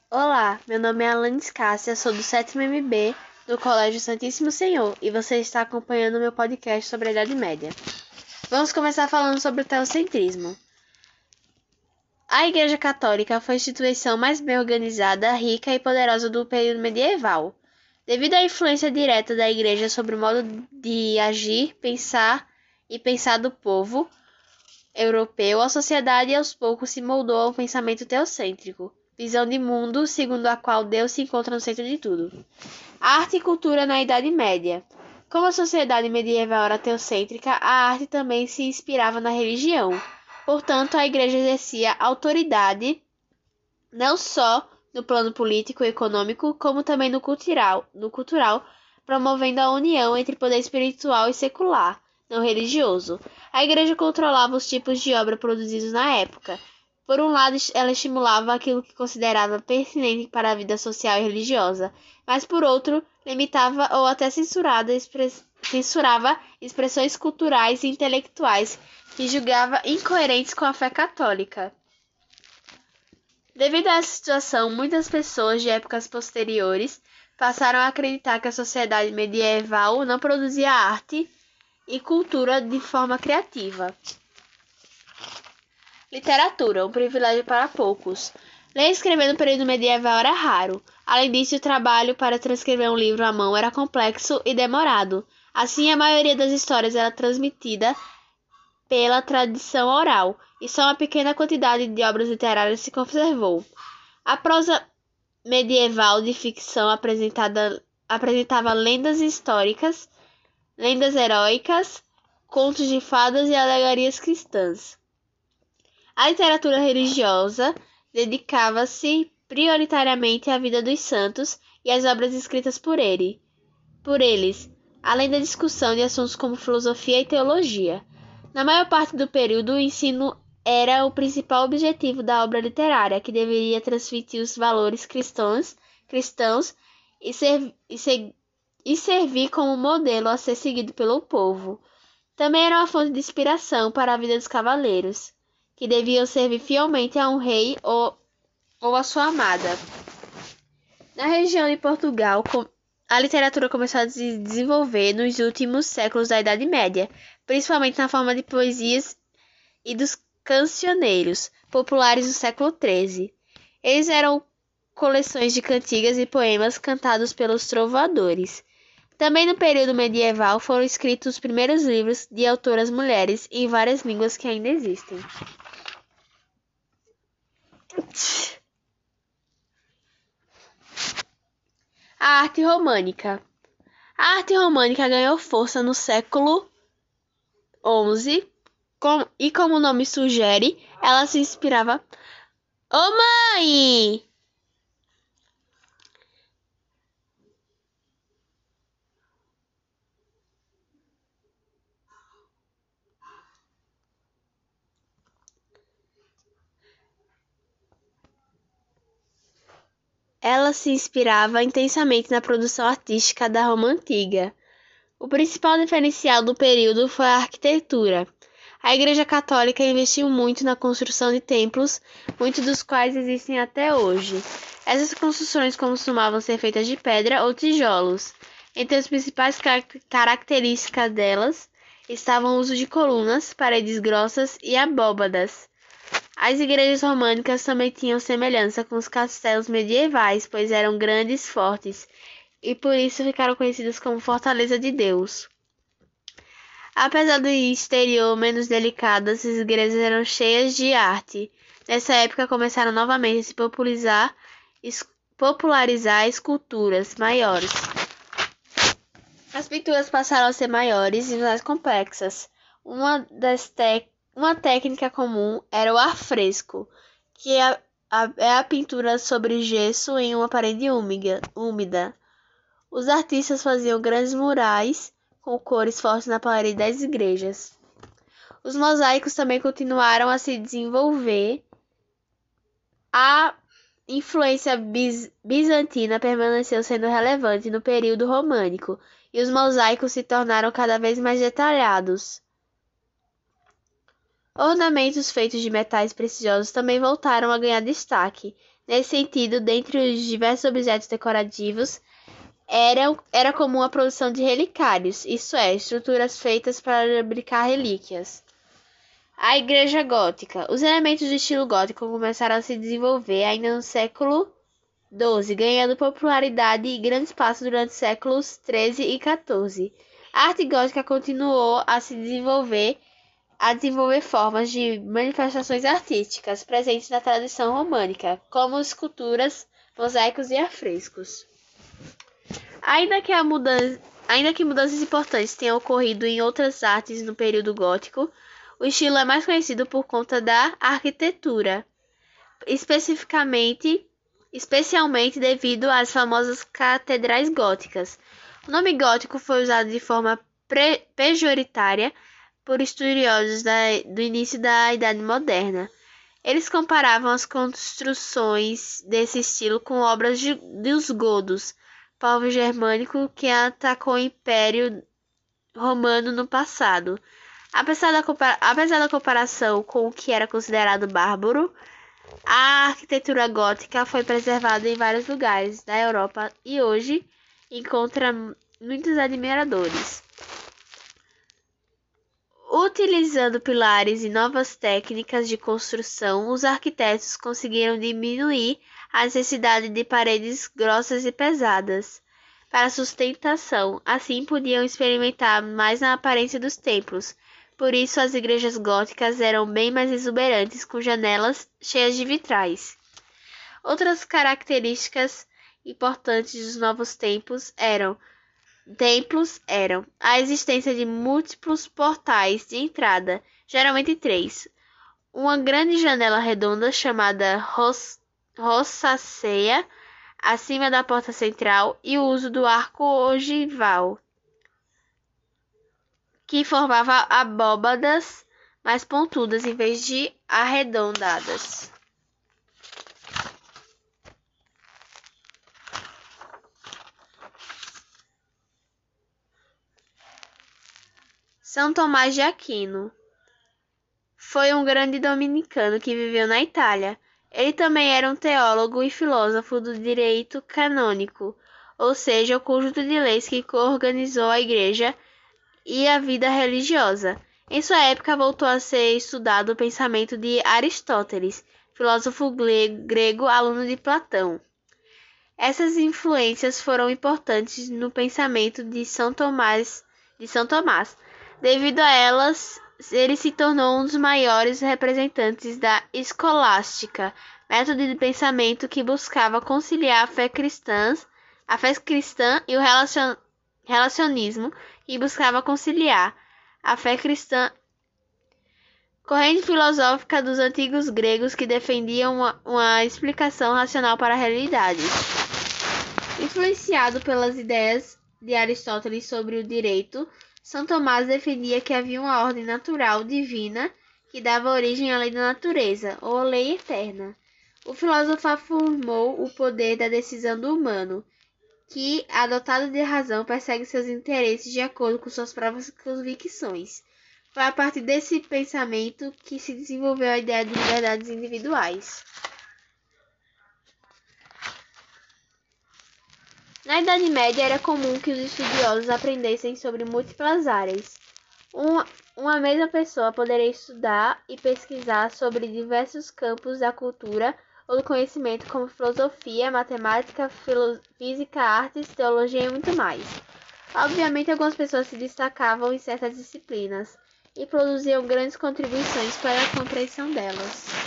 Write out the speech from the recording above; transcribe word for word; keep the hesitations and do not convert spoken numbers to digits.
Olá, meu nome é Alanis Cássia, sou do sétimo M B do Colégio Santíssimo Senhor e você está acompanhando o meu podcast sobre a Idade Média. Vamos começar falando sobre o teocentrismo. A Igreja Católica foi a instituição mais bem organizada, rica e poderosa do período medieval. Devido à influência direta da Igreja sobre o modo de agir, pensar e pensar do povo europeu, a sociedade aos poucos se moldou ao pensamento teocêntrico, visão de mundo segundo a qual Deus se encontra no centro de tudo. Arte e cultura na Idade Média. Como a sociedade medieval era teocêntrica, a arte também se inspirava na religião. Portanto, a Igreja exercia autoridade não só no plano político e econômico, como também no cultural, no cultural, promovendo a união entre poder espiritual e secular, não religioso. A Igreja controlava os tipos de obra produzidos na época. Por um lado, ela estimulava aquilo que considerava pertinente para a vida social e religiosa, mas por outro, limitava ou até censurava, express... censurava expressões culturais e intelectuais que julgava incoerentes com a fé católica. Devido a essa situação, muitas pessoas de épocas posteriores passaram a acreditar que a sociedade medieval não produzia arte e cultura de forma criativa. Literatura, um privilégio para poucos. Ler e escrever no período medieval era raro. Além disso, o trabalho para transcrever um livro à mão era complexo e demorado. Assim, a maioria das histórias era transmitida pela tradição oral, e só uma pequena quantidade de obras literárias se conservou. A prosa medieval de ficção apresentada, apresentava lendas históricas, lendas heróicas, contos de fadas e alegorias cristãs. A literatura religiosa dedicava-se prioritariamente à vida dos santos e às obras escritas por ele, por eles, além da discussão de assuntos como filosofia e teologia. Na maior parte do período, o ensino era o principal objetivo da obra literária, que deveria transmitir os valores cristãos, cristãos e, ser, e, ser, e servir como modelo a ser seguido pelo povo. Também era uma fonte de inspiração para a vida dos cavaleiros, que deviam servir fielmente a um rei ou, ou a sua amada. Na região de Portugal, a literatura começou a se desenvolver nos últimos séculos da Idade Média, principalmente na forma de poesias e dos cancioneiros populares do século treze. Eles eram coleções de cantigas e poemas cantados pelos trovadores. Também no período medieval foram escritos os primeiros livros de autoras mulheres em várias línguas que ainda existem. A arte românica. A arte românica ganhou força no século onze com, e, como o nome sugere, ela se inspirava... Ô mãe! Ela se inspirava intensamente na produção artística da Roma Antiga. O principal diferencial do período foi a arquitetura. A Igreja Católica investiu muito na construção de templos, muitos dos quais existem até hoje. Essas construções costumavam ser feitas de pedra ou tijolos. Entre as principais car- características delas estavam o uso de colunas, paredes grossas e abóbadas. As igrejas românicas também tinham semelhança com os castelos medievais, pois eram grandes, fortes, e por isso ficaram conhecidas como Fortaleza de Deus. Apesar do exterior menos delicado, as igrejas eram cheias de arte. Nessa época começaram novamente a se popularizar, es, popularizar esculturas maiores. As pinturas passaram a ser maiores e mais complexas. Uma das técnicas Uma técnica comum era o afresco, que é a, a, é a pintura sobre gesso em uma parede úmida, úmida. Os artistas faziam grandes murais com cores fortes na parede das igrejas. Os mosaicos também continuaram a se desenvolver. A influência biz, bizantina permaneceu sendo relevante no período românico, e os mosaicos se tornaram cada vez mais detalhados. Ornamentos feitos de metais preciosos também voltaram a ganhar destaque. Nesse sentido, dentre os diversos objetos decorativos, era, era comum a produção de relicários, isso é, estruturas feitas para abrigar relíquias. A Igreja Gótica. Os elementos do estilo gótico começaram a se desenvolver ainda no século doze, ganhando popularidade e grande espaço durante os séculos treze e quatorze. A arte gótica continuou a se desenvolver, a desenvolver formas de manifestações artísticas presentes na tradição românica, como esculturas, mosaicos e afrescos. Ainda que, a mudança, ainda que mudanças importantes tenham ocorrido em outras artes no período gótico, o estilo é mais conhecido por conta da arquitetura, especificamente, especialmente devido às famosas catedrais góticas. O nome gótico foi usado de forma pre- pejoritária por estudiosos da, do início da Idade Moderna. Eles comparavam as construções desse estilo com obras de, dos godos, povo germânico que atacou o Império Romano no passado. Apesar da, compara- apesar da comparação com o que era considerado bárbaro, a arquitetura gótica foi preservada em vários lugares da Europa e hoje encontra muitos admiradores. Utilizando pilares e novas técnicas de construção, os arquitetos conseguiram diminuir a necessidade de paredes grossas e pesadas para sustentação. Assim, podiam experimentar mais na aparência dos templos. Por isso, as igrejas góticas eram bem mais exuberantes, com janelas cheias de vitrais. Outras características importantes dos novos templos eram Templos eram a existência de múltiplos portais de entrada, geralmente três, uma grande janela redonda chamada ros rossaceia acima da porta central e o uso do arco ogival, que formava abóbadas mais pontudas em vez de arredondadas. São Tomás de Aquino foi um grande dominicano que viveu na Itália. Ele também era um teólogo e filósofo do direito canônico, ou seja, o conjunto de leis que organizou a igreja e a vida religiosa. Em sua época, voltou a ser estudado o pensamento de Aristóteles, filósofo grego, aluno de Platão. Essas influências foram importantes no pensamento de São Tomás, de São Tomás. Devido a elas, ele se tornou um dos maiores representantes da escolástica, método de pensamento que buscava conciliar a fé cristã, a fé cristã e o relacion, relacionismo, e buscava conciliar a fé cristã, corrente filosófica dos antigos gregos que defendiam uma, uma explicação racional para a realidade. Influenciado pelas ideias de Aristóteles sobre o direito, São Tomás defendia que havia uma ordem natural divina que dava origem à lei da natureza, ou lei eterna. O filósofo afirmou o poder da decisão do humano, que, adotado de razão, persegue seus interesses de acordo com suas próprias convicções. Foi a partir desse pensamento que se desenvolveu a ideia de liberdades individuais. Na Idade Média, era comum que os estudiosos aprendessem sobre múltiplas áreas. Uma, uma mesma pessoa poderia estudar e pesquisar sobre diversos campos da cultura ou do conhecimento, como filosofia, matemática, física, artes, teologia e muito mais. Obviamente, algumas pessoas se destacavam em certas disciplinas e produziam grandes contribuições para a compreensão delas.